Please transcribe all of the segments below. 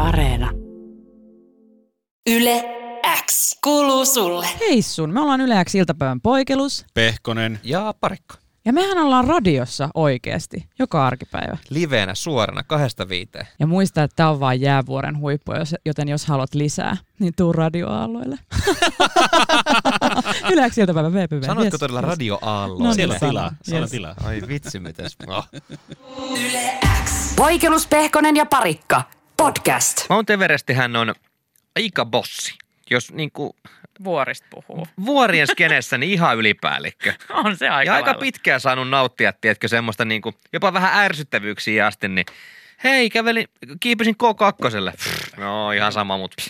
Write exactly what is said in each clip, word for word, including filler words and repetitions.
Areena. Yle X kuuluu sulle. Hei sun, me ollaan Yle X iltapäivän poikelus. Pehkonen. Ja Parikko. Ja mehän ollaan radiossa oikeasti, joka arkipäivä. Liveenä suorana kahdesta viiteen. Ja muista, että tää on vaan jäävuoren huippu, joten jos haluat lisää, niin tuu radioaalloille. Yle X iltapäivän V P V. Sanoitko yes, todella yes. radioaalloille? No, Siellä niin, tilaa. sanon. Siellä Yes. tilaa. Ai vitsi, mitäs. Oh. Yle X. Poikelus, Pehkonen ja Parikka. Podcast. Mount Everestihän on aika bossi. Jos niinku Vuorista puhuu. vuorien skenessä, niin ihan ylipäällikkö. On se aika Ja aika lailla. pitkään saanut nauttia, tiedätkö, semmoista niinku, jopa vähän ärsyttävyyksiä asti, niin hei, kävelin, kiipesin K kakkoselle. Pff, no ihan sama, mutta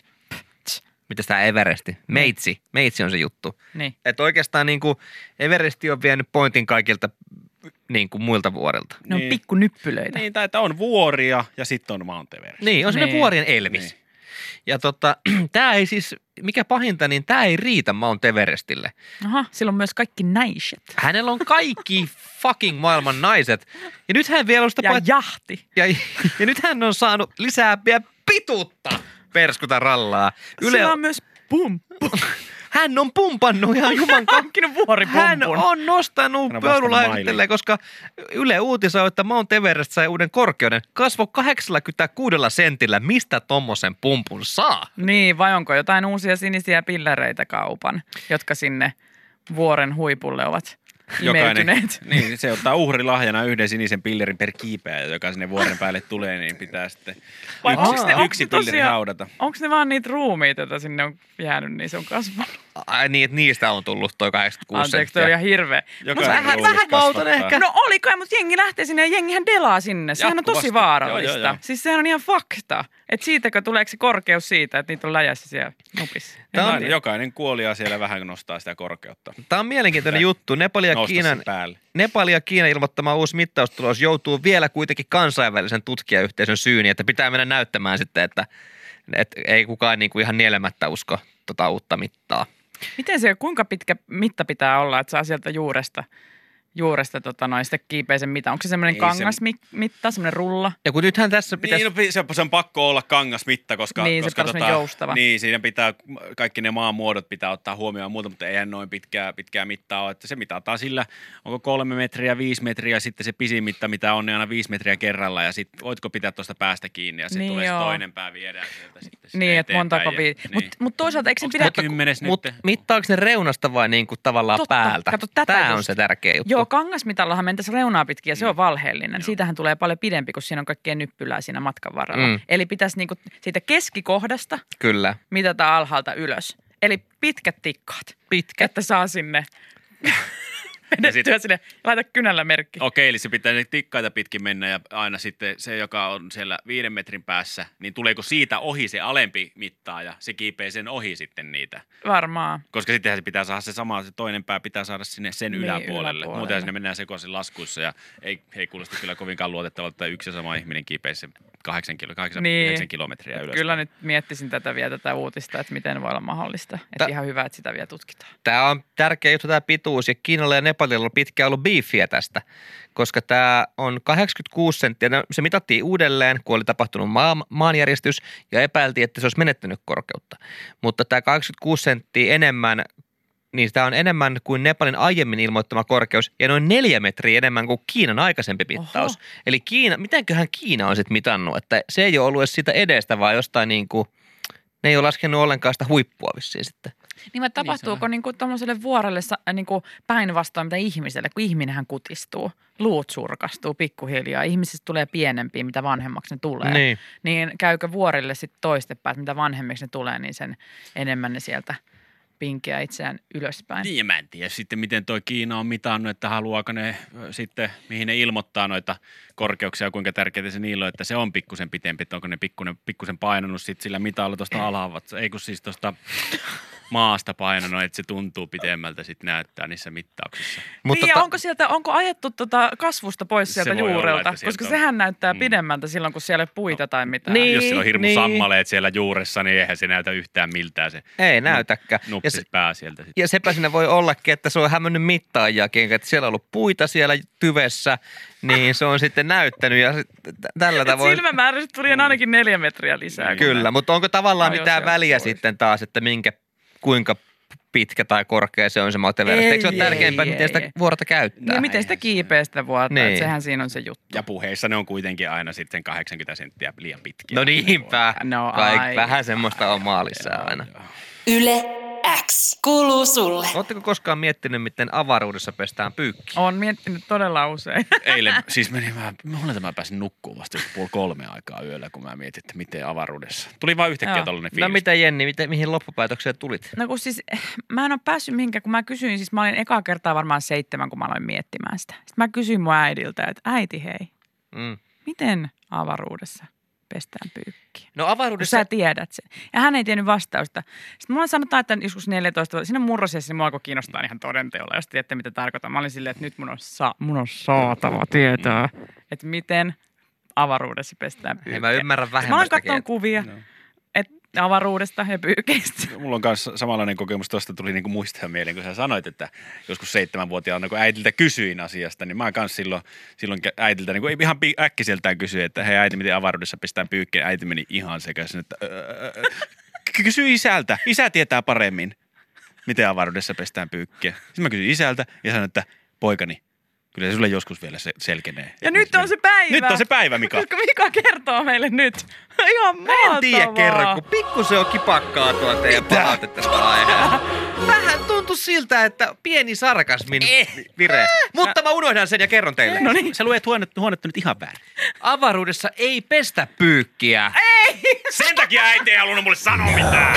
mitäs tää Everesti? Meitsi. Meitsi on se juttu. Niin. Että oikeastaan niinku Everesti on vienyt pointin kaikilta niinku muilta vuorilta. Ne on Niin. pikkunyppylöitä. Niin, tai että on vuoria ja sitten on Mount Everest. Niin, on semmoinen Niin. vuorien Elvis. Niin. Ja tota, tää ei siis, mikä pahinta, niin tää ei riitä Mount Everestille. Aha, sillä on myös kaikki näiset. Hänellä on kaikki fucking maailman naiset. Ja nyt hän vielä on sitä Ja paitsi- jahti. ja, ja nyt hän on saanut lisää vielä pituutta perskuta rallaa. Sillä on myös pumppu. Hän on pumpannut ihan juman ka- Hankkinut vuoripumpun. Hän on nostanut Hän on pöydällä vastannut ajattelee, koska Yle uutisoi, että Mount Everest sai uuden korkeuden. Kasvo kahdeksankymmentäkuusi sentillä. Mistä tommosen pumpun saa? Niin, vai onko jotain uusia sinisiä pillereitä kaupan, jotka sinne vuoren huipulle ovat imeytyneet? Niin, se ottaa uhrilahjana yhden sinisen pillerin per kiipeä, joka sinne vuoren päälle tulee, niin pitää sitten Vai yksi, onks ne- onks yksi ne pilleri tosiaan- haudata. Onko ne vaan niitä ruumiita, joita sinne on jäänyt, niin se on kasvanut? Ai niin, että niistä on tullut toi kahdeksankymmentäkuusi Anteeksi, toi oli senttiä. ihan hirveä. Jokainen vähän- ruumis vähän mauton kasvattaa. ehkä. No oliko, mutta jengi lähtee sinne ja jengihän delaa sinne. Sehän on tosi Jatkuvasti. vaarallista. Joo, joo, joo. Siis sehän on ihan fakta. Että siitäkö tuleeko se korkeus siitä, että niitä on läjässä siellä nupissa. Tää on- En tiedä. Jokainen kuolija siellä vähän nostaa sitä korkeutta. Tämä on mielenkiintoinen juttu. Nepal ja, Nosta Kiinan, sen päälle. Nepal ja Kiinan ilmoittama uusi mittaustulos joutuu vielä kuitenkin kansainvälisen tutkijayhteisön syyniin, että pitää mennä näyttämään sitten, että, että ei kukaan niin kuin ihan nielemättä usko tota uutta mittaa. Miten se, kuinka pitkä mitta pitää olla, että saa sieltä juuresta, juuresta tota noin, sitten kiipeä sen mitta? Onko se semmoinen Ei se- kangasmitta, semmoinen rulla? Ja kun nythän tässä pitäisi... Niin, no, se, se on pakko olla kangasmitta, koska... Niin, se koska pitää olla joustava. Niin, siinä pitää, kaikki ne maan muodot pitää ottaa huomioon ja muuta, mutta eihän noin pitkää, pitkää mittaa ole. Että se mitataan sillä, onko kolme metriä, viisi metriä, sitten se pisin mitta, mitä on, niin aina viisi metriä kerralla. Ja sitten voitko pitää tuosta päästä kiinni ja sitten Niin tulee se joo. toinen pää viedään sieltä sitten sinne Niin, että eteenpäin montako ja- vi... niin. Mutta mut toisaalta eikö sen Onks pidä... tää kymmenes Mutta nyt? mittaako ne reunasta vai niin kuin tavallaan Totta. päältä? Kato, tätä Tämä on just. se tärkeä juttu. Joo, kangasmitallahan mentäisiin reunaa pitkin ja se on valheellinen. Siitähän tulee paljon pidempi, kun siinä on kaikkea nyppylää siinä matkan varrella. Mm. Eli pitäisi niinku siitä keskikohdasta Kyllä. mitata alhaalta ylös. Eli pitkät tikkaat, Pitkä. että saa sinne vedettyä sinne ja laita kynällä merkki. Okei, eli se pitää ne tikkaita pitkin mennä ja aina sitten se, joka on siellä viiden metrin päässä, niin tuleeko siitä ohi se alempi mittaa ja se kiipee sen ohi sitten niitä? Varmaan. Koska sittenhän se pitää saada se sama, se toinen pää pitää saada sinne sen Niin, yläpuolelle. yläpuolelle. Muuten sinne mennään sekaisin laskuissa ja ei, ei kuulosta kyllä kovinkaan luotettavalta, että yksi ja sama ihminen kiipee sen kahdeksan, kilo, kahdeksan Niin. yhdeksän kilometriä ylös. Kyllä nyt miettisin tätä vielä tätä uutista, että miten voi olla mahdollista. Että Tä- ihan hyvä, että sitä vielä tutkitaan. Tämä on tärkeä juttu, tämä pituus. Ja Kiinalla ja Nepalilla on pitkään ollut biifiä tästä, koska tämä on kahdeksankymmentäkuusi senttiä. No, se mitattiin uudelleen, kun oli tapahtunut maa, maanjäristys ja epäiltiin, että se olisi menettänyt korkeutta. Mutta tämä kahdeksankymmentäkuusi senttiä enemmän, niin tämä on enemmän kuin Nepalin aiemmin ilmoittama korkeus ja noin neljä metriä enemmän kuin Kiinan aikaisempi mittaus. Oho. Eli Kiina, mitenköhän Kiina on sitten mitannut, että se ei ole ollut edes siitä edestä, vaan jostain niin kuin, ne ei ole laskenut ollenkaan sitä huippua vissiin sitten. Niin vai tapahtuuko niinku tuommoiselle vuorelle sa- niinku päinvastoin mitä ihmiselle, kun ihminenhän kutistuu, luut surkastuu pikkuhiljaa, ihmisistä tulee pienempiä, mitä vanhemmaksi ne tulee. Niin. Niin käykö vuorille sitten toistepäin, että mitä vanhemmiksi ne tulee, niin sen enemmän ne sieltä pinkeä itseään ylöspäin. Niin, ja mä en tiedä sitten, miten toi Kiina on mitannut, että haluaako ne ö, sitten, mihin ne ilmoittaa noita korkeuksia, kuinka tärkeää se niillä on, että se on pikkusen pitempi, että onko ne pikkusen, pikkusen painanut sitten sillä mitalla tuosta alhaavat, ei kun siis tuosta maasta painanut, että se tuntuu pitemmältä sitten näyttää niissä mittauksissa. Mutta niin, ta- onko sieltä, onko ajettu tota kasvusta pois sieltä juurelta? Olla, koska on. sehän näyttää pidemmältä silloin, kun siellä ei puita tai mitään. Niin, Jos siellä on hirmu niin. sammaleet siellä juuressa, niin eihän se näytä yhtään miltään se. Ei näytäkään. Nuppis se, pää sieltä. Sit. Ja sepä siinä voi ollakin, että se on hämmennyt mittaajakin, että siellä on ollut puita siellä tyvessä, niin se on sitten näyttänyt ja sit, tällä tavoin. Silmämääräisesti tuli ainakin neljä metriä lisää. Kyllä, mutta onko tavallaan Ajo mitään väliä pois. sitten taas, että minkä, kuinka pitkä tai korkea se on se Mount-Everest? Eikö se ole tärkeämpää, miten sitä vuorta käyttää? Niin, miten sitä kiipeää sitä vuorta, Niin. että sehän siinä on se juttu. Ja puheissa ne on kuitenkin aina sitten kahdeksankymmentä senttiä liian pitkiä. No niinpä. No Kaik, ai. vähän semmoista omaa lisää aina. Yle X kuuluu sulle. Oletteko koskaan miettinyt, miten avaruudessa pestään pyykki? Olen miettinyt todella usein. Eilen, siis menin mä, mulle mä pääsin nukkuun vasta puoli kolme aikaa yöllä, kun mä mietin, että miten avaruudessa. Tuli vaan yhtäkkiä Joo. tollainen No fiilis. mitä Jenni, miten, mihin loppupäätökseen tulit? No kun siis, mä en ole päässyt mihinkään, kun mä kysyin, siis mä olin ekaa kertaa varmaan seitsemän, kun mä aloin miettimään sitä. Sitten mä kysyin mun äidiltä, että äiti hei, Mm. miten avaruudessa pestään pyykkiä? No Kun avaruudessa... sä tiedät sen. Ja hän ei tiennyt vastausta. Sitten mulla sanotaan, että joskus neljätoista vuotta, siinä murrosiassa mua alkoi kiinnostaa ihan todenteolla, jos tiedätte mitä tarkoitan. Mä olin silleen, että nyt mun on, sa- mun on saatava tietää, että miten avaruudessa pestään pyykkiä. Ei mä ymmärrän Mä olen vähemmästäkin. katsonut kuvia No. et, avaruudesta ja pyykeistä. Mulla on myös samanlainen kokemus, tuosta tuli niinku muistaa mieleen, kun sä sanoit, että joskus seitsemänvuotiaana, kun äitiltä kysyin asiasta, niin mä kans silloin, silloin äitiltä niinku, ihan äkkiseltään kysyin, että hei äiti, miten avaruudessa pestään pyykkiä. Äiti meni ihan sekaisin, että öö, kysy isältä, isä tietää paremmin, miten avaruudessa pestään pyykkiä. Sitten mä kysyin isältä ja sanoin, että poikani, kyllä se sulle joskus vielä se selkenee. Ja nyt on se päivä. Nyt on se päivä, Mika. Koska Mika kertoo meille nyt. Ihan Mä mahtavaa. en tiedä kerran, kun pikkusen on kipakkaa tuo teidän palautetta tästä aiheesta. Vähän tuntui siltä, että pieni sarkasmin vire. Mutta mä unohdan sen ja kerron teille. No niin. Sä luet huonetta, huonetta nyt ihan väärin. Avaruudessa ei pestä pyykkiä. Sen takia äiti ei halunnut mulle sanoa mitään.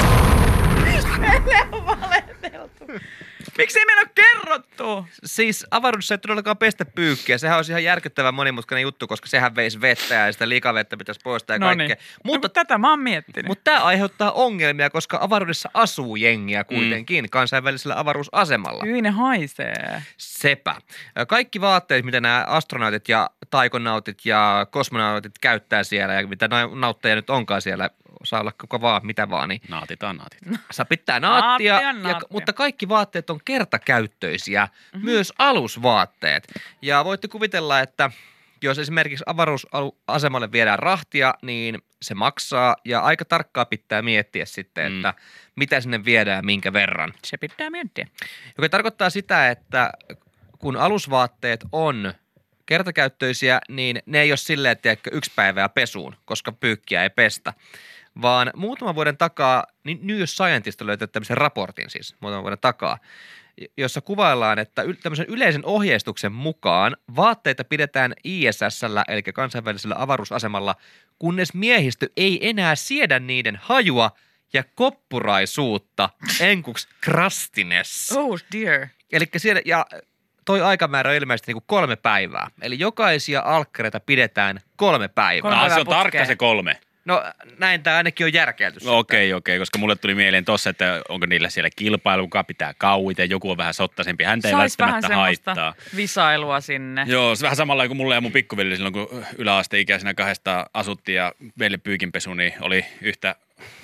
Meille on valeteltu. Miksi ei meillä ole kerrottu? Siis avaruudessa ei todellakaan pestä pyykkiä. Sehän olisi ihan järkyttävän monimutkainen juttu, koska sehän veisi vettä ja sitä likavettä pitäisi poistaa ja No kaikkea. niin. Mutta, no, tätä mä oon miettinyt. mutta tämä aiheuttaa ongelmia, koska avaruudessa asuu jengiä kuitenkin mm. kansainvälisellä avaruusasemalla. Hyi, ne haisee. Sepä. Kaikki vaatteet, mitä nämä astronautit ja taikonautit ja kosmonautit käyttää siellä ja mitä nautteja nyt onkaan siellä, saa olla koko vaan, mitä vaan, niin Naatitaan, naatit. saa pitää naattia, Naattia, ja, naattia. mutta kaikki vaatteet on kertakäyttöisiä, mm-hmm. myös alusvaatteet. Ja voitte kuvitella, että jos esimerkiksi avaruusasemalle viedään rahtia, niin se maksaa ja aika tarkkaa pitää miettiä sitten, Mm. että mitä sinne viedään ja minkä verran. Se pitää miettiä. Joka tarkoittaa sitä, että kun alusvaatteet on kertakäyttöisiä, niin ne ei ole silleen, että yksi päivää pesuun, koska pyykkiä ei pestä. Vaan muutaman vuoden takaa, niin New Scientist on löytänyt tämmöisen raportin siis muutaman vuoden takaa, jossa kuvaillaan, että y- tämmöisen yleisen ohjeistuksen mukaan vaatteita pidetään I S S:llä, eli kansainvälisellä avaruusasemalla, kunnes miehistö ei enää siedä niiden hajua ja koppuraisuutta, enkuks crustiness. Oh dear. Eli siellä, ja toi aikamäärä on ilmeisesti niin kuin kolme päivää. Eli jokaisia alkkareita pidetään kolme päivää. Kolme Ah, se päivää on tarkka putkeen. se kolme. No näin tämä ainakin on järkeilty. No, Okei, okei, koska mulle tuli mieleen tossa, että onko niillä siellä kilpailu, kuka pitää kauit ja joku on vähän sottaisempi. Häntä ei Sais vähän välttämättä semmoista haittaa. visailua sinne. Joo, se vähän samalla kuin mulle ja mun pikkuveli silloin, kun yläasteikäisenä kahdesta asuttiin ja meille pyykinpesu, niin oli yhtä,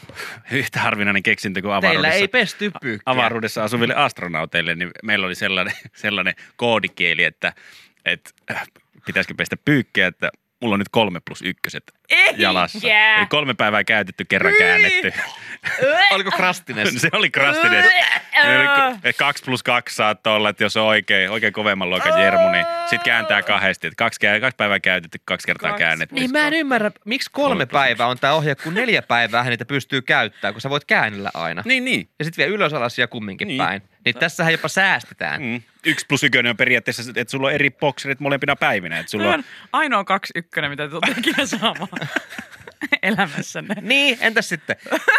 yhtä harvinainen keksintö kuin Teillä avaruudessa. ei pesty pyykkiä. Avaruudessa asuville astronauteille, niin meillä oli sellainen, sellainen koodikieli, että, että pitäisikö pestä pyykkiä, että mulla on nyt kolme plus ykköset jalassa. Eikä. Eli kolme päivää käytetty, kerran käännetty. Oliko crustiness? Se oli crustiness. Eli kaksi plus kaksi saattaa olla, että jos on oikein, oikein kovemman luokan jermu, niin sit kääntää kahdesti. Että kaksi, kaksi päivää käytetty, kaksi kertaa Kaksi käännetty. Niin mä en ymmärrä, miksi kolme Kolme plus päivää on tämä ohje, kun neljä päivää niitä pystyy käyttämään, kun sä voit käännellä aina. Niin, niin. Ja sitten vielä ylös alas ja kumminkin Niin. päin. Niin tässähän jopa säästetään. Mm. Yksi plus ykönen on periaatteessa, että sulla on eri bokserit molempina päivinä. Että sulla Toi on, on ainoa kaksi ykkönen, mitä te tulette ikinä saamaan elämässänne. Niin, entäs sitten?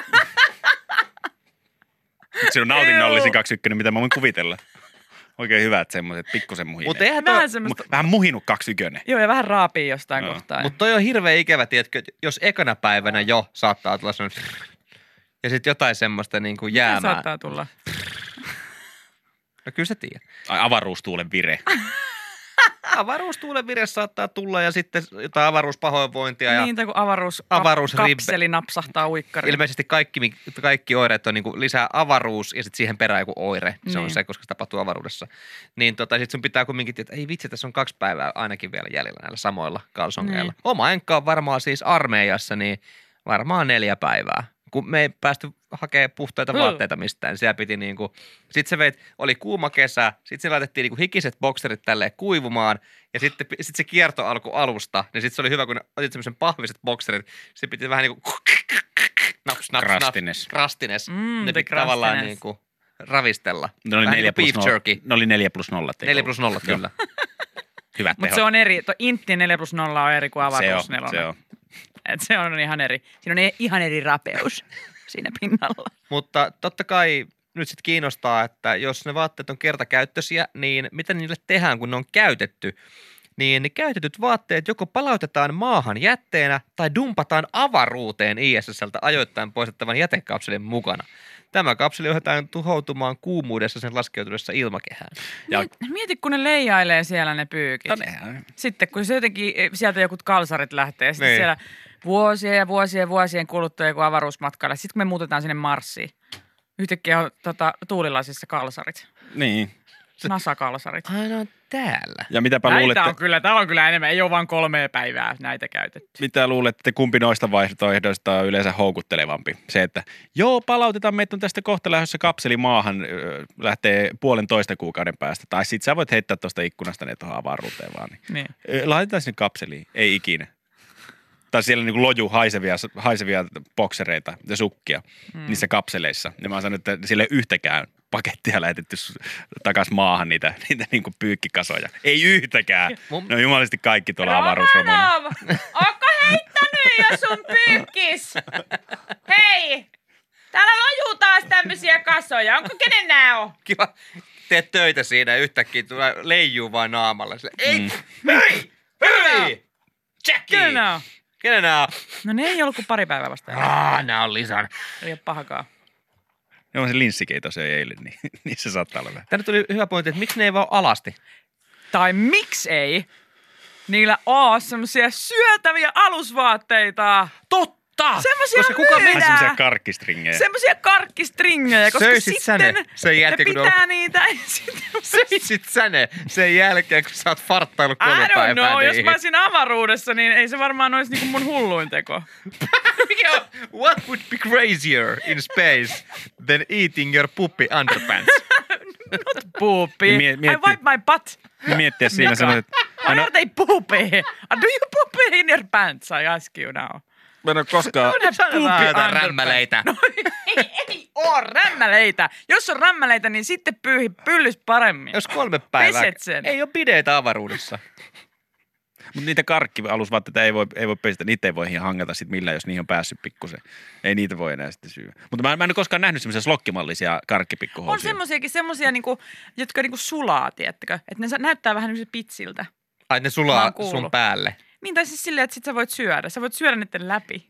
se on nautinnollisin kaksi ykkönen, mitä mä voin kuvitella. Oikein hyvät semmoiset, pikkusen muhineet. Mutta eihän toi, Vähän semmoista. Vähän muhinut kaksi ykönen. Joo, ja vähän raapii jostain Joo. kohtaa. mut toi on hirveän ikävä, tiedätkö, jos ekana päivänä jo saattaa tulla sellainen Ja sitten jotain semmoista niin kuin Mitä jäämää. saattaa tulla? No kyllä sä tiedät. Ai avaruustuulen vire. Avaruustuulen vire saattaa tulla ja sitten jotain avaruuspahoinvointia. Ja Niin, tai kun avaruus, Avaruusribbe. kapseli napsahtaa uikkariin. ilmeisesti kaikki, kaikki oireet on niin kuin lisää avaruus ja sitten siihen perään joku oire. Se on Niin. se, koska se tapahtuu avaruudessa. Niin tota, sitten sun pitää kumminkin, että ei vitsi, tässä on kaksi päivää ainakin vielä jäljellä näillä samoilla kalsongeilla. Niin. Oma enkka on varmaan siis armeijassa, niin varmaan neljä päivää. Kun me ei päästy hakemaan puhtaita Mm. vaatteita mistään, niin siellä piti niinku, sit se veit, oli kuuma kesä, sit se laitettiin niinku hikiset bokserit tälleen kuivumaan, ja sitten sit se kierto alkoi alusta, niin sit se oli hyvä, kun otit semmoisen pahviset bokserit, se piti vähän niinku naps, naps, Krastines. naps, krastines. Mm, ne the piti tavallaan krastines. niinku ravistella. Ne oli Vähän neljä niinku plus beef nolla. jerky. Ne oli neljä plus nolla. Neljä plus nolla, kyllä. Hyvät Mutta tehot. se on eri, tuo Intti neljä plus nolla on eri kuin se avaruus on, nelonen. se on. Et se on ihan eri. Siinä on e- ihan eri rapeus siinä pinnalla. Mutta totta kai nyt sitten kiinnostaa, että jos ne vaatteet on kertakäyttöisiä, niin mitä niille tehdään, kun ne on käytetty? Niin ne käytetyt vaatteet joko palautetaan maahan jätteenä tai dumpataan avaruuteen I S S:ltä ajoittain poistettavan jätekapselin mukana. Tämä kapseli ohjataan tuhoutumaan kuumuudessa sen laskeutuessa ilmakehään. Ja- Mieti, mieti, kun ne leijailee siellä ne pyykit. No nehän. Sitten kun se jotenkin, sieltä joku kalsarit lähtee, ja sitten Niin. siellä vuosien ja vuosien ja vuosien kuluttua joku avaruusmatkalle. Sitten kun me muutetaan sinne Marsiin, yhtäkkiä on tota, tuulilaisissa kalsarit, Niin. NASA-kalsarit. Aina on täällä. Ja mitäpä Näitä luulette, on kyllä, täällä on kyllä enemmän, ei ole vain kolme päivää näitä käytetty. mitä luulette, kumpi noista vaihtoehdoista on yleensä houkuttelevampi? Se, että joo, palautetaan, meitä on tästä kohta lähdössä kapseli maahan, ö, lähtee puolentoista kuukauden päästä. Tai sit sä voit heittää tuosta ikkunasta ne tuohon avaruuteen vaan. Niin. Niin. Ö, Laitetaan sinne kapseliin, ei ikinä. Tai siellä niinku loju haisevia, haisevia boksereita ja sukkia mm. niissä kapseleissa. Ja mä oon sanonut, että sille yhtäkään pakettia lähetetty takas maahan niitä, niitä niinku pyykkikasoja. Ei yhtäkään. Mun- Ne on jumalisesti kaikki tuolla avaruusromuilla. Romanov, ootko heittänyt jo sun pyykkis? Hei, täällä lojuu taas tämmöisiä kasoja. Onko kenen nää on? Kiva. Teet töitä siinä ja yhtäkkiä tulee leijuu vaan naamalla. Sille, ei, Mm. hei, hei, Jackie. Kenen nää on? Kenen nää on? No ne ei ollut kuin pari päivää vasta. Ah, nää on Lisan. Ei ole pahakaan. Ne on se linssikeito se eilen, niin niissä saattaa olla vähän. Tänne tuli hyvä pointti, että miksi ne ei vaan alasti? Tai miksi ei niillä oo semmosia syötäviä alusvaatteita? Totta! Semmosia Koska kuka Ai semmoisia myydään. karkkistringejä. Semmosia karkkistringejä, koska Söisit sä sitten ne sen jälkeen, ne kun ne pitää niitä. Sitten Söisit sä ne sen jälkeen, kun sä oot farttailut I kolme don't päivää know, jos niihin? mä olisin avaruudessa, niin ei se varmaan olisi niinku mun hulluin teko. Mikä on- What would be crazier in space than eating your puppy underpants? Not poopy. Niin mie- I mietti- wipe my butt. Niin miettiä siinä sanoit, että Why mä en, are they poopy? Do you poopy in your pants? I ask you now. mä en ole koskaan, Sano vähän jotain underpants. rämmäleitä. No ei, ei oo rämmäleitä. Jos on rämmäleitä, niin sitten pyyhi pyllys paremmin. Jos kolme päivää, Peset sen. ei ole bideitä avaruudessa. mutta niitä karkkialusvaatteita ei voi, ei voi pestä, niitä ei voi hangata sit millään, jos niihin on päässyt pikkusen. Ei niitä voi enää sitten syödä. Mutta mä, mä en ole koskaan nähnyt semmoisia slokkimallisia On karkkipikkuhousuja. semmosiakin, semmosia niinku, jotka niinku sulaa, tiettäkö? Että ne sa- näyttää vähän niinku pitsiltä. Ai ne Mä sulaa oon kuullut. sun päälle. Niin, tai siis silleen, että sit sä voit syödä. Sä voit syödä niiden läpi.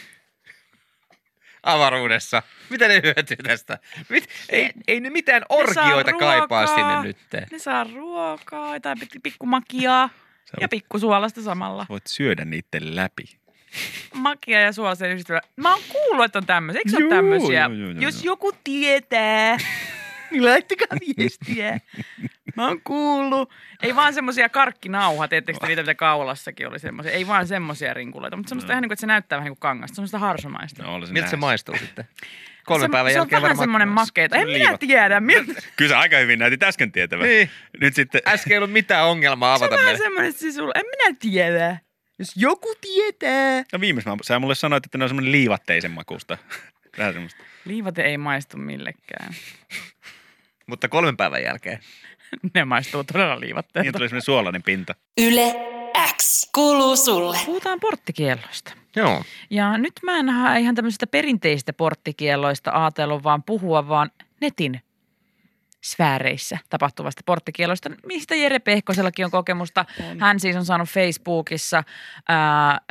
Avaruudessa. Mitä ne hyötyy tästä? Mit, ei, ei ne mitään saa orgioita kaipaa ruokaa. sinne nyt. Ne saa ruokaa, tai pik- pikkumakiaa Sä ja voit, pikkusuolasta samalla. voit syödä niiden läpi. Makia ja suolasta yhdistelmä. Mä oon kuullut, että on tämmöisiä. Eikö se ole Juu, tämmöisiä? joo, joo, joo, Jos joo. joku tietää, niin laittakaa viestiä. Mä oon kuullut. Ei vaan semmosia karkkinauha, teettekö te niitä, mitä kaulassakin oli semmoisia. Ei vaan semmosia rinkuleita, mutta semmoista No. ihan niin kuin, että se näyttää vähän niin kuin kangasta. Semmoista harsomaista. No, oli se Miltä se näin. maistuu sitten? Kolmen se, päivän se jälkeen on vähän varmaan... semmoinen makeita. En minä Liivat. tiedä. Miltä. Kyllä sä aika hyvin näytit äsken tietävän. Niin. Nyt sitten, Äsken ei ollut mitään ongelmaa Se on avata vähän meille. semmoinen sisulla. En minä tiedä. Jos joku tietää. no viimeis mä, sä mulle sanoit, että ne on semmoinen liivatteisen makusta. Vähän semmoista. Liivate ei maistu millekään. Mutta kolmen päivän jälkeen. Ne maistuu todella Niin liivatteelta. tuli semmoinen suolainen pinta. Yle X kuuluu sulle. Puhutaan porttikielloista. Joo. Ja nyt mä en hae ihan tämmöisistä perinteisistä porttikielloista ajatellut, vaan puhua vaan netin sfääreissä tapahtuvasta porttikielloista, mistä Jere Pehkosellakin on kokemusta. On. Hän siis on saanut Facebookissa ää,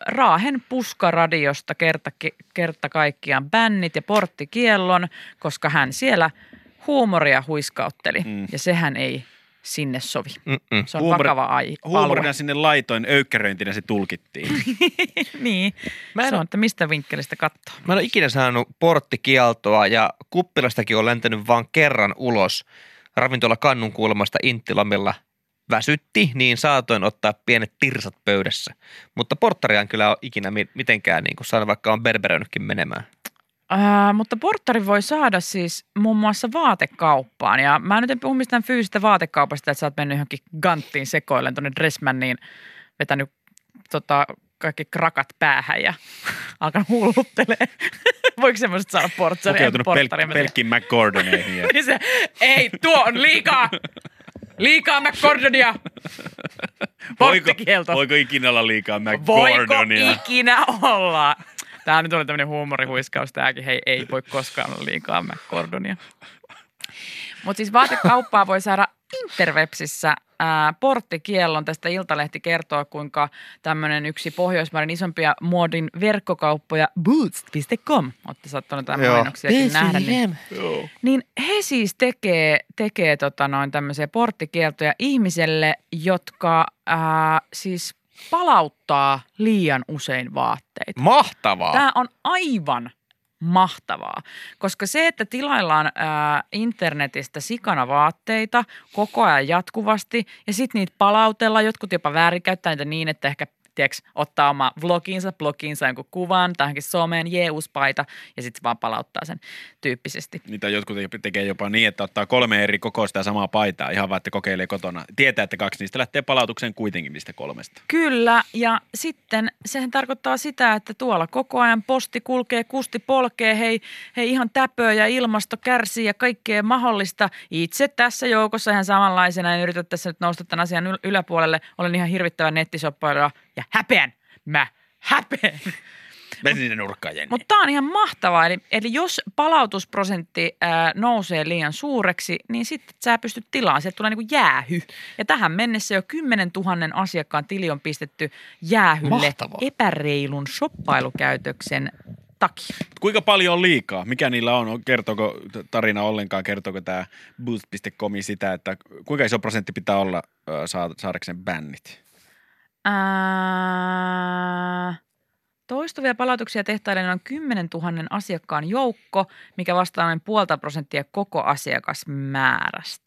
Raahen Puskaradiosta kerta, kerta kaikkiaan bännit ja porttikiellon, koska hän siellä huumoria huiskautteli mm. ja sehän ei sinne sovi. Mm-mm. Se on Huumori, vakava ai- Huumorina sinne laitoin, öykkäröintinä se tulkittiin. Niin, en, se on, että mistä vinkkelistä katsoo. Mä en ole ikinä saanut porttikieltoa ja kuppilastakin on lentänyt vaan kerran ulos ravintola Kannun kulmasta Inttilamilla. Väsytti, niin saatoin ottaa pienet tirsat pöydässä. Mutta porttaria en kyllä ole ikinä mitenkään niin kuin saanut, vaikka on berberöinytkin menemään. Ää, mutta porttari voi saada siis muun muassa vaatekauppaan. Ja mä nyt en puhu mistään fyysistä vaatekaupasta, että sä oot mennyt johonkin Ganttiin sekoilleen tuonne Dressmanniin, vetänyt tota, kaikki krakat päähän ja alkanut hulluttelee. Voiko semmoiset saada porttari? Pukeutunut pel- pelkkiin McGordoneihin. Ja... se, ei, tuo on liikaa! Liikaa McGordonia! Porttikielto. Voiko, voiko ikinä olla liikaa McGordonia? Voiko ikinä olla? Tämä nyt oli tämmöinen huumorihuiskaus tämäkin. Hei, ei voi koskaan olla liikaa McGordonia. Mutta siis vaatekauppaa voi saada Interwebsissä ää, porttikiellon. Tästä Iltalehti kertoo, kuinka tämmöinen yksi Pohjoismaiden isompia muodin verkkokauppoja boots piste com, olette saattaneet jotain mainoksiakin nähdä. Niin, niin he siis tekee, tekee tota noin tämmöisiä porttikieltoja ihmiselle, jotka ää, siis palauttaa liian usein vaatteita. Mahtavaa! Tämä on aivan mahtavaa, koska se, että tilaillaan ää, internetistä sikana vaatteita koko ajan jatkuvasti ja sitten niitä palautellaan, jotkut jopa väärinkäyttää niitä niin, että ehkä tiedätkö, ottaa oma vloginsa, bloginsa, jonkun kuvan, tähänkin someen, jeuspaita ja sitten vaan palauttaa sen tyyppisesti. Niitä jotkut tekee jopa niin, että ottaa kolme eri kokoista ja samaa paitaa, ihan vaan, että kokeilee kotona. Tietää, että kaksi niistä lähtee palautukseen kuitenkin niistä kolmesta. Kyllä, ja sitten sehän tarkoittaa sitä, että tuolla koko ajan posti kulkee, kusti polkee, hei, hei ihan täpöä ja ilmasto kärsii ja kaikkea mahdollista. Itse tässä joukossa ihan samanlaisena, en yritä tässä nyt nousta tämän asian yläpuolelle, olen ihan hirvittävä nettisoppailija ja häpeän, mä häpeän. Meni sinne nurkkaan, Jenni. Mutta tämä on ihan mahtavaa. Eli, eli jos palautusprosentti ää, nousee liian suureksi, niin sitten sä pystyt tilaan. Sieltä tulee niin kuin jäähy. Ja tähän mennessä jo kymmenen tuhannen asiakkaan tili on pistetty jäähylle mahtavaa. Epäreilun shoppailukäytöksen takia. Kuinka paljon on liikaa? Mikä niillä on? Kertooko tarina ollenkaan? Kertooko tämä boost piste com sitä, että kuinka iso prosentti pitää olla saadakseen bännit? Ää... Toistuvia palautuksia tehtaiden on kymmenen tuhannen asiakkaan joukko, mikä vastaa noin puolta prosenttia koko asiakasmäärästä.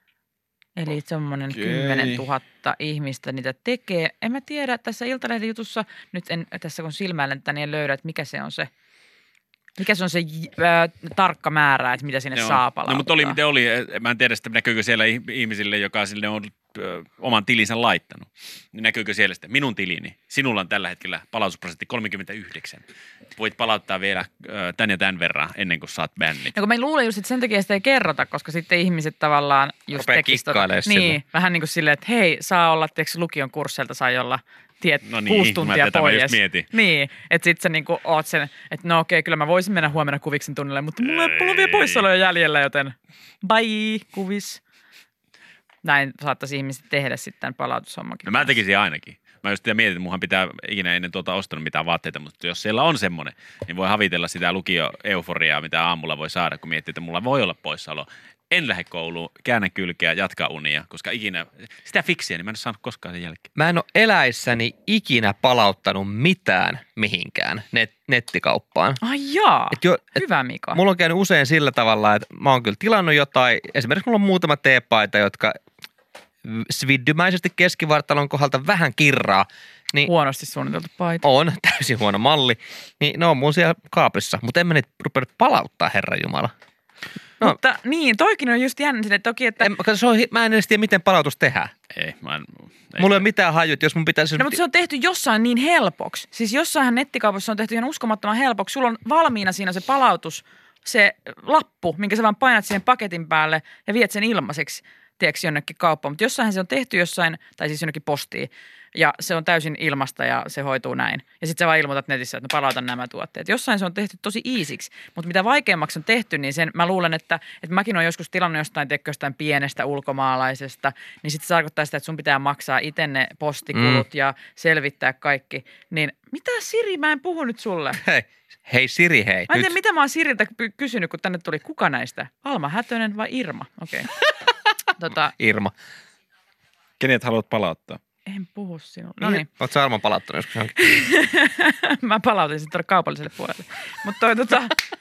Eli semmoinen kymmenen tuhatta ihmistä niitä tekee. En mä tiedä, tässä Iltalehden jutussa, nyt en tässä kun silmäilen tätä, niin en löydä, että mikä se on se, mikä se on se äh, tarkka määrä, että mitä sinne Joo. saa palauttaa. No mutta oli miten oli, mä en tiedä sitten näkyykö siellä ihmisille, joka sille on oman tilinsä laittanut. Niin näkyykö siellä sitten minun tilini? Sinulla on tällä hetkellä palautusprosentti kolmekymmentäyhdeksän. Voit palauttaa vielä tän ja tän verran ennen kuin saat bännit. No kun mä luulen just, että sen takia sitä ei kerrota, koska sitten ihmiset tavallaan just tekisivät. Niin, vähän niin kuin silleen, että hei, saa olla, tiedätkö lukion kursseilta sai olla tiet, no niin, kuusi tuntia pois. Niin, että sit sä niinku oot sen, että no okei, kyllä mä voisin mennä huomenna kuviksen tunnille, mutta mulla on vielä poissaoloja jäljellä, joten bye, kuvis. Näin saattaisi ihmiset tehdä sitten palautushommakin. No mä tekisin ainakin. Mä just mietin, että munhan pitää ikinä ennen tuota ostanut mitään vaatteita, mutta jos siellä on semmoinen, niin voi havitella sitä lukio-euforiaa, mitä aamulla voi saada, kun miettii, että mulla voi olla poissaolo. En lähde kouluun, käännä kylkeä, jatkaa unia, koska ikinä, sitä fiksiä, niin mä en ole saanut koskaan sen jälkeen. Mä en ole eläissäni ikinä palauttanut mitään mihinkään net, nettikauppaan. Ai jaa, et jo, et hyvä Mika. Mulla on käynyt usein sillä tavalla, että mä oon kyllä tilannut jotain, esimerkiksi mulla on muutama teepaita, jotka sviddymäisesti keskivartalon kohdalta vähän kirraa. Niin huonosti suunniteltu paita. On, täysin huono malli. Niin ne on mun siellä kaapissa, mutta en mä niitä rupea palauttaa, Herran Jumala. No. Mutta niin, toikin on just jännä sille toki, että... En, se on, mä en edes tiedä, miten palautus tehdään. Ei, mä en... Ei Mulla ei ole mitään haju, että jos mun pitäisi... No, mutta se on tehty jossain niin helpoksi. Siis jossain nettikaupassa on tehty ihan uskomattoman helpoksi. Sulla on valmiina siinä se palautus, se lappu, minkä sä vaan painat siihen paketin päälle ja viet sen ilmaiseksi, tiedätkö, jonnekin kauppaan. Mutta jossain se on tehty jossain, tai siis jonnekin postiin, ja se on täysin ilmasta ja se hoituu näin. Ja sitten sä vaan ilmoitat netissä, että no palautan nämä tuotteet. Jossain se on tehty tosi easiksi, mutta mitä vaikeammaksi on tehty, niin sen mä luulen, että, että mäkin olen joskus tilannut jostain, tiedätkö, jostain pienestä ulkomaalaisesta, niin sitten se tarkoittaa sitä, että sun pitää maksaa itse ne postikulut mm. ja selvittää kaikki. Niin mitä Siri, mä en puhu nyt sulle. Hei, hei Siri, hei. Mä en tiedä, nyt. mitä mä oon Siriltä kysynyt, kun tänne tuli kuka näistä? Alma Hätönen vai Irma? Okei. Okay. tota, Irma. Kenet haluat palauttaa? En puhu sinulle. No niin. Oletko sä Alman palauttanut joskus johonkin? Mä palautin sen tuonne kaupalliselle puolelle. Mutta toi tota...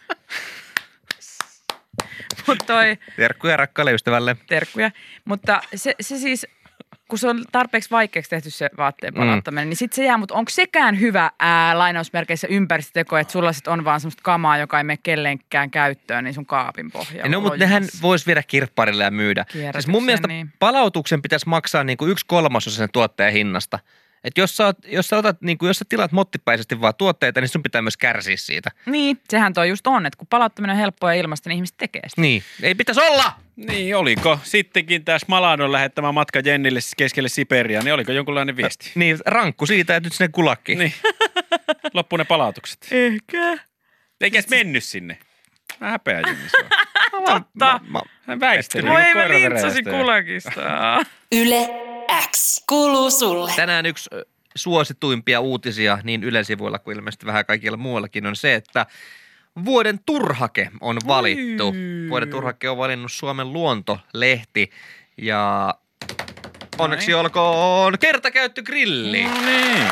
Mut toi... Terkkuja rakkaalle ystävälle. Terkkuja. Mutta se, se siis... Kun se on tarpeeksi vaikeaksi tehty se vaatteen palauttaminen, mm. niin sitten se jää, mutta onko sekään hyvä ää, lainausmerkeissä ympäristöteko, että sulla sit on vaan semmoista kamaa, joka ei mene kellenkään käyttöön, niin sun kaapin pohjalla. No, mutta nehän vois viedä kirpparille ja myydä. Siis mun mielestä niin. palautuksen pitäisi maksaa niinku yksi kolmasosa sen tuotteen hinnasta. Että jos sä, oot, jos, sä otat, niin jos sä tilaat mottipäisesti vaan tuotteita, niin sun pitää myös kärsiä siitä. Niin, sehän toi just on, että kun palauttaminen on helppoa ja ilmasta, niin ihmiset tekee sitä. Niin, ei pitäisi olla! Niin, oliko sittenkin tämä Smaladon lähettämä matka Jennille keskelle Siperiaa, niin oliko jonkunlainen viesti? Niin, rankku siitä, että nyt sinne kulakkiin. Niin, loppu ne palautukset. Ehkä. Eikä edes mennyt sinne. Mä häpeän Jenni sua. Totta. Hän väisteli. Voi mä lintsasin kulakista. Yle X kuuluu sulle. Tänään yksi suosituimpia uutisia niin Ylen sivuilla kuin ilmeisesti vähän kaikilla muuallakin on se, että vuoden turhake on valittu. Oi. Vuoden turhake on valinnut Suomen Luonto-lehti ja onneksi olkoon kertakäyttögrilli. No niin.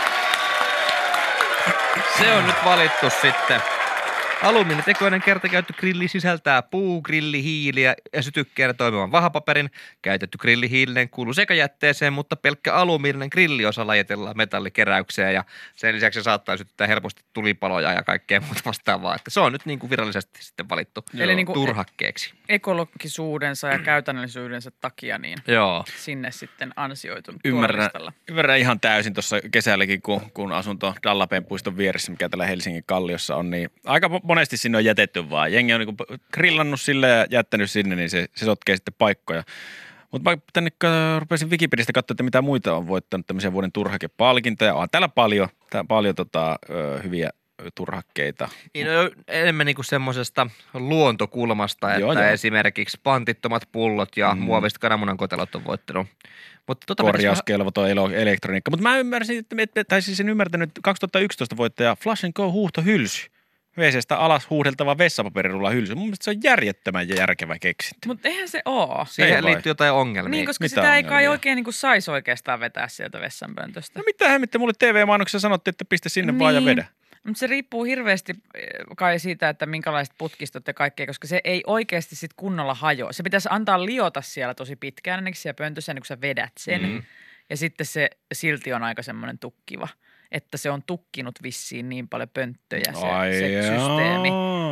Se on nyt valittu sitten. Alumiinitekoinen kertakäyttögrilli sisältää puugrillihiiliä ja sytykkeenä toimivan vahapaperin. Käytetty grillihiilinen kuuluu sekajätteeseen, mutta pelkkä alumiininen grilliosa lajitellaan metallikeräykseen ja sen lisäksi se saattaa sytyttää helposti tulipaloja ja kaikkea muuta vastaavaa. Että se on nyt niin kuin virallisesti sitten valittu Eli niin kuin turhakkeeksi. Ekologisuudensa ja käytännöllisyydensä takia niin Joo. sinne sitten ansioitunut Ymmärrän, tuolistalla. ymmärrän ihan täysin tuossa kesälläkin, kun, kun asunto Dallapen puiston vieressä, mikä täällä Helsingin Kalliossa on, niin aika monesti sinne on jätetty vaan. Jengi on niinku grillannut sille ja jättänyt sinne, niin se, se sotkee sitten paikkoja. Mutta mä tänne rupesin Wikipediasta katsoa, että mitä muita on voittanut tämmöisiä vuoden turhakepalkintoja. On täällä paljon, täällä paljon tota, ö, hyviä turhakkeita. Niin no, enemmän niinku semmoisesta luontokulmasta, että joo, joo. esimerkiksi pantittomat pullot ja mm. muoviset kananmunan kotelot on voittanut. Mutta tota korjauskelvoton elektroniikka. Mutta mä ymmärsin, että, tai siis en ymmärtänyt, kaksituhattayksitoista voittaja Flash and Go huuhtohylsy. Veesestä alas huuhdeltava vessapaperirulla hylsy. Mun mielestä se on järjettömän ja järkevä keksintö. Mutta eihän se oo. Siihen liittyy jotain ongelmia. Niin, koska Mitä sitä ei kai ongelmia? oikein niin saisi oikeastaan vetää sieltä vessanpöntöstä. No mitä hemmitte, mulle T V-mainoksessa sanottiin, että pistä sinne niin. vaan ja vedä. Mutta se riippuu hirveästi kai siitä, että minkälaiset putkistot ja kaikkea, koska se ei oikeasti sit kunnolla hajoa. Se pitäisi antaa liota siellä tosi pitkään, ainakin siellä pöntössä, ennen kuin sä vedät sen. Mm. Ja sitten se silti on aika semmoinen tukkiva, että se on tukkinut vissiin niin paljon pönttöjä se, Ai se jaa. systeemi,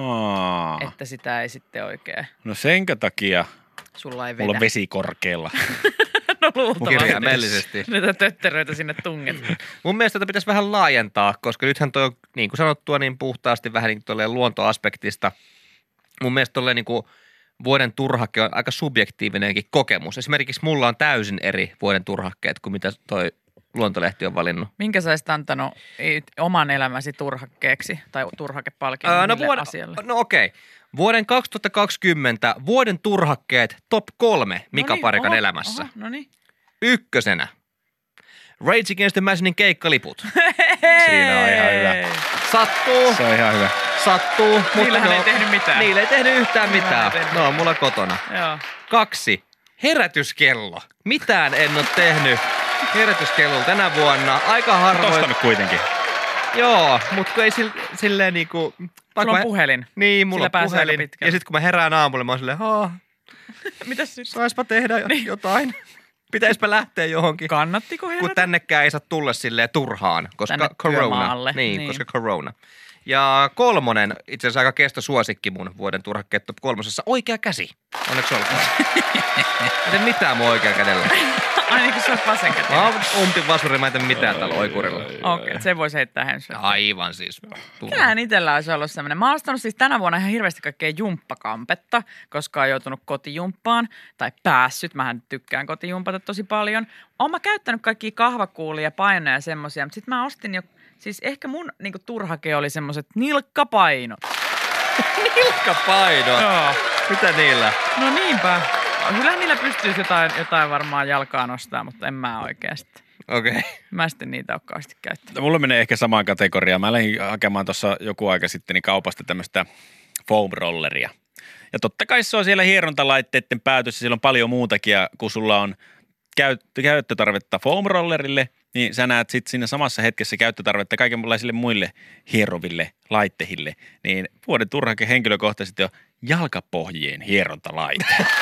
että sitä ei sitten oikein. No senkö takia Sulla ei vedä. mulla on vesi korkealla. No luultavasti. Kirjaimellisesti. Näitä tötteröitä sinne tunget. Mun mielestä tätä pitäisi vähän laajentaa, koska nythän toi on, niin kuin sanottua, niin puhtaasti vähän niin kuin luontoaspektista. Mun mielestä tolleen niin kuin vuoden turhake on aika subjektiivinenkin kokemus. Esimerkiksi mulla on täysin eri vuoden turhakkeet kuin mitä toi Luontolehti on valinnut. Minkä sä olisit antanut oman elämäsi turhakkeeksi tai turhakepalkinnon Ää, no, mille vuoden, asialle? no okei. Okay. Vuoden kaksituhattakaksikymmentä vuoden turhakkeet top kolme Mika Noniin, Parikan oho, elämässä. Oho, no niin. Ykkösenä Rage Against the Machinein keikkaliput. Siinä on ihan hyvä. Sattuu. Se on ihan hyvä. Sattuu. Niillähän no, ei tehnyt mitään. Niillä ei tehnyt yhtään Niillähän mitään. ei tehnyt No on mulla kotona. Joo. Kaksi. Herätyskello. Mitään en ole tehnyt herätyskellolla tänä vuonna. Aika Oot harvoin. ostanut kuitenkin. Joo, mutta kun ei sille, silleen niinku. Sulla on puhelin. Niin, mulla Sillä on pääsee aika puhelin. pitkälle. Ja sitten kun mä herään aamulla, mä oon silleen, haa, Mitäs nyt? saispa tehdä Niin. jotain. Pitäispä lähteä johonkin. Kannattiko herätä? Kun tännekään ei saa tulla silleen turhaan, koska Tänne corona. työmaalle. Niin, Niin. koska corona. Ja kolmonen, itse asiassa aika kestosuosikki mun vuoden turhakkeet top kolmosessa, oikea käsi. Onneksi olkoon. Ei tee mitään mun oikealla kädellä. Ai niin kuin sä oot vasen käteen. Mä oon umpi vasuri, mä en tee mitään tällä oikurilla. Okei, okay, se voisi heittää hensä. Aivan siis. Kyllähän itsellä olisi ollut semmoinen. Mä oon ostanut siis tänä vuonna ihan hirveästi kaikkea jumppakampetta, koska on joutunut kotijumppaan tai päässyt. Mähän tykkään kotijumpata käytä tosi paljon. Oon mä käyttänyt kaikkia kahvakuulia ja painoja ja semmosia, mutta sit mä ostin jo, siis ehkä mun niinku turhake oli semmoset nilkkapainot. Nilkkapaino? Joo. Mitä niillä? No niinpä. Kyllä niillä pystyisi jotain, jotain varmaan jalkaa nostaa, mutta en mä oikeasti. Okei. Okay. Mä sitten niitä ole kauheasti käyttänyt. Mulla menee ehkä samaan kategoriaan. Mä lähdin hakemaan tuossa joku aika sitten niin kaupasta tämmöistä foam rolleria. Ja totta kai se on siellä hierontalaitteiden päätössä. Siellä on paljon muutakin, ja kun sulla on käyttö, käyttötarvetta foam rollerille, niin sä näet sitten siinä samassa hetkessä käyttötarvetta kaikenlaisille muille hieroville laittehille. Niin vuoden turhake henkilökohtaisesti on jalkapohjien hierontalaite.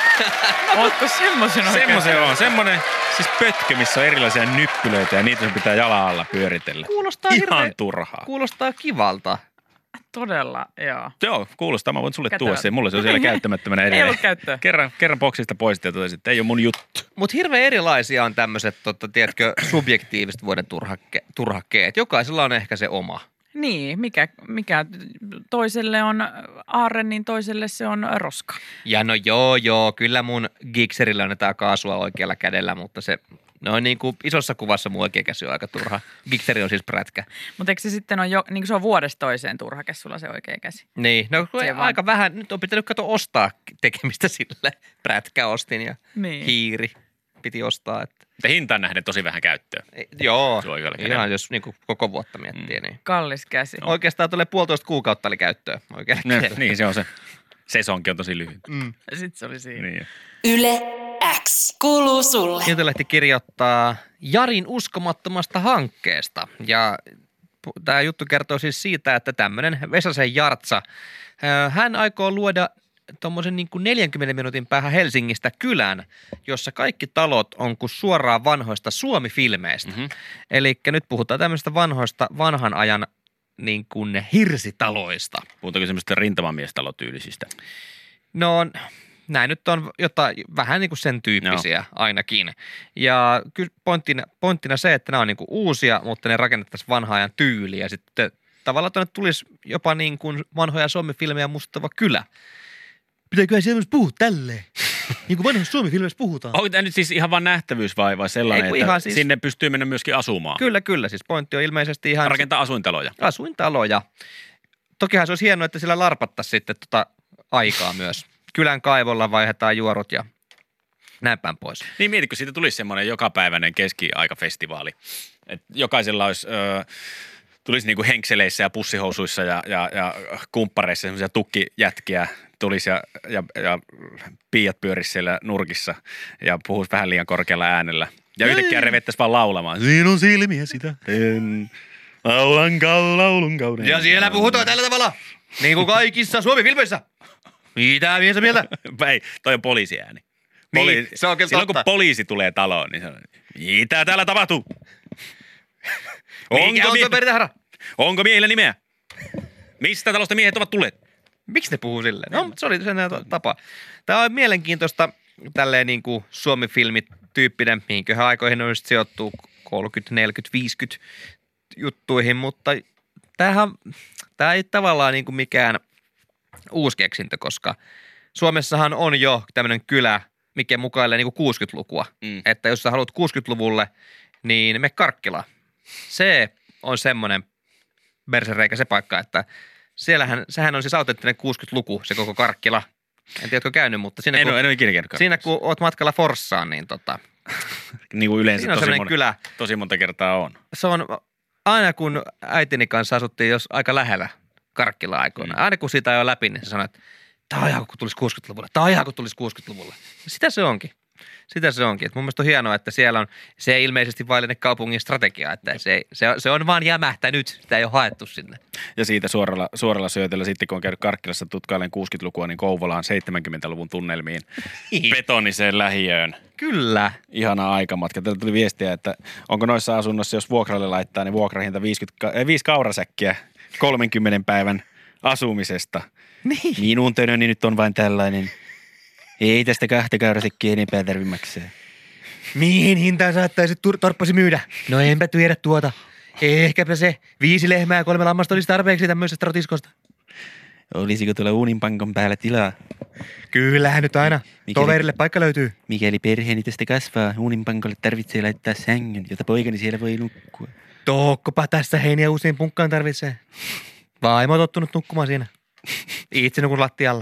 Ootko semmoisen oikein? Semmoisen on. Semmoinen siis pötkö, missä on erilaisia nyppylöitä ja niitä sun pitää jalan alla pyöritellä. Kuulostaa Ihan hirveän- turhaa. Kuulostaa kivalta. Todella, joo. Joo, kuulostaa. Mä voin sulle Kätevä. tuoda sen. Mulla se on siellä käyttämättömänä Ei edelleen. ollut käyttöä. Kerran, kerran boksista poistin ja totesin, että ei ole mun juttu. Mutta hirveän erilaisia on tämmöiset, totta, tiedätkö, subjektiiviset vuoden turhakke, turhakkeet. Jokaisella on ehkä se oma. Niin, mikä, mikä toiselle on aarre, niin toiselle se on roska. Ja no joo, joo, kyllä mun gikserillä annetaan kaasua oikealla kädellä, mutta se, no niin kuin isossa kuvassa mun oikea käsi on aika turha. Gikseri on siis prätkä. Mutta eikö se sitten ole jo, niin kuin se on vuodesta toiseen turhake sulla se oikea käsi? Niin, no Se aika vaan- vähän, nyt on pitänyt kato ostaa tekemistä sille. Prätkä ostin ja Niin. hiiri piti ostaa. Että. Mutta hintaan nähden tosi vähän käyttöä. Ei, joo, Se on oikealla kädellä. ihan jos niin kuin koko vuotta miettii, mm. niin. Kallis käsi. Oikeastaan tulee puolitoista kuukautta oli käyttöä oikealla No, kädellä. niin, se on se. Sesonki on tosi lyhyt. Mm. Sitten se oli siinä. Niin. Yle X kuuluu sulle. Iltalehti kirjoittaa Jarin uskomattomasta hankkeesta ja tämä juttu kertoo siis siitä, että tämmöinen Vesasen Jartsa, ö, hän aikoo luoda tuommoisen niin kuin neljänkymmenen minuutin päähän Helsingistä kylän, jossa kaikki talot on kuin suoraan vanhoista Suomi-filmeistä. Mm-hmm. Eli nyt puhutaan tämmöistä vanhoista vanhan ajan niin kuin hirsitaloista. Puhutaanko semmoista rintamamiestalotyylisistä? No näin nyt on jotain vähän niin kuin sen tyyppisiä no. ainakin. Ja ky- pointtina, pointtina se, että nämä on niin kuin uusia, mutta ne rakennettaisiin vanhaa ajan tyyliä. Ja sitten tavallaan tuonne tulisi jopa niin kuin vanhoja Suomi-filmejä mustava kylä. Pitääköhän siellä myös puhua tälleen? Niin kuin vanhoissa Suomi-filmeissä puhutaan. Onko tämä nyt siis ihan vaan nähtävyys vai, vai sellainen, Ei, kun että ihan siis- sinne pystyy mennä myöskin asumaan? Kyllä, kyllä. Siis pointti on ilmeisesti ihan Rakentaa asuintaloja. asuintaloja. Tokihan se olisi hienoa, että sillä larpattaisiin sitten tota aikaa myös. Kylän kaivolla vaihdetaan juorut ja näin päin pois. Niin mietitkö, siitä tulisi semmoinen jokapäiväinen keskiaikafestivaali. Että jokaisella olisi, ö, tulisi niinku henkseleissä ja pussihousuissa ja, ja, ja kumppareissa semmoisia tukkijätkiä tulisi ja, ja, ja piiat pyörisi siellä nurkissa ja puhuisi vähän liian korkealla äänellä. Ja yhtäkkiä revettäisiin vaan laulamaan. Siinä on silmiä sitä. En, laulankaan laulun kauden. Ja siellä puhutaan tällä tavalla, niin kuin kaikissa Suomi-filmeissä. Mitä mies mieltä? Ei, toi on poliisiääni. Poli- Niin, se on kyllä Silloin totta. kun poliisi tulee taloon, niin se on, mitä täällä tapahtuu? Mikä on mie- tuo perintahara? onko miehillä nimeä? Mistä talosta miehet ovat tulleet? Miksi ne puhuu silleen? No, se oli sen tapa. Tämä on mielenkiintoista tälleen niin kuin Suomi-filmityyppinen, mihinköhän aikoihin on just sijoittuu kolmekymmentä, neljäkymmentä, viisikymmentä juttuihin, mutta tämähän, tämä ei tavallaan niin kuin mikään uusi keksintö, koska Suomessahan on jo tämmöinen kylä, mikä mukailee niin kuin kuusikymmentälukua. Mm. Että jos sä haluat kuusikymmentäluvulle, niin me Karkkila. Se on semmoinen bersereikä se paikka, että siellähän, sehän on siis autenttinen kuusikymmentäluku, se koko Karkkila. En tiedä, ootko käynyt, mutta siinä, En kun, ole, en ole ikinä käynyt siinä kun oot matkalla Forssaan, niin tota, niin kuin yleensä siinä on tosi, semmoinen mon, kylä. tosi monta kertaa on. Se on aina kun äitini kanssa asuttiin jos aika lähellä Karkkila aikoina. Mm. Aina kun sitä ei ole läpi, niin se sanoo, että tämä on ihan kun tulisi kuusikymmentäluvulle, tämä on ihan kun tulisi kuusikymmentäluvulle. Sitä se onkin. Sitä se onkin. Et mun mielestä on hienoa, että siellä on, se ei ilmeisesti vaille kaupungin strategia, että se, se, se on vaan jämähtänyt, sitä ei ole haettu sinne. Ja siitä suoralla, suoralla syötellä sitten, kun on käynyt Karkkilassa tutkailen kuusikymmentälukua, niin Kouvolaan seitsemänkymmentäluvun tunnelmiin betoniseen lähiöön. Kyllä. Ihana aikamatka. Täältä tuli viestiä, että onko noissa asunnossa, jos vuokralle laittaa, niin vuokrahinta viisikymmentä, äh, viisi kaurasäkkiä kolmenkymmenen päivän asumisesta. Niin. Minun tönöni nyt on vain tällainen. Ei tästä kahta kaurasäkkiä enempää tarvitse maksaa. Mihin hintaan saattaisi tur- torppasi myydä? No enpä tiedä tuota. Ehkäpä se viisi lehmää ja kolme lammasta olisi tarpeeksi tämmöisestä rotiskosta. Olisiko tuolla uuninpankon päällä tilaa? Kyllähän nyt aina. Mikäli- Toverille paikka löytyy. Mikäli perheeni tästä kasvaa, uuninpankolle tarvitsee laittaa sängyn, jota poikani siellä voi nukkua. Tokkopa tässä heiniä usein punkkaan tarvitsee. Vaimo on tottunut nukkumaan siinä. Itse nukun lattialla.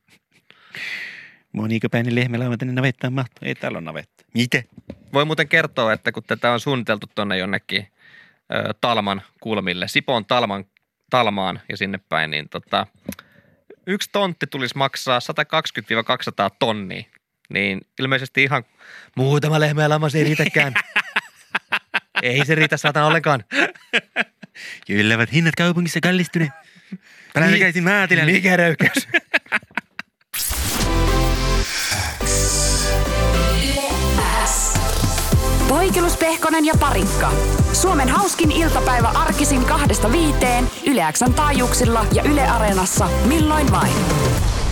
Moniko päinen lehmälauma tänne navettaan mahtuu? Ei täällä ole navetta. Mitä? Voi muuten kertoa, että kun tätä on suunniteltu tuonne jonnekin ö, Talman kulmille, Sipoon Talman, Talmaan ja sinne päin, niin tota, yksi tontti tulisi maksaa sata kaksikymmentä kaksisataa tonnia. Niin ilmeisesti ihan muutama lehmä ja lammas ei riitäkään. Ei se riitä saatana ollenkaan. Kyllä ovat hinnat kaupungissa kallistuneet. Pälkäisin maatilalle. Mikä röykäys? Poikelus, Pehkonen ja Parikka. Suomen hauskin iltapäivä arkisin kahdesta viiteen Yle X:n taajuuksilla ja Yle Areenassa milloin vain.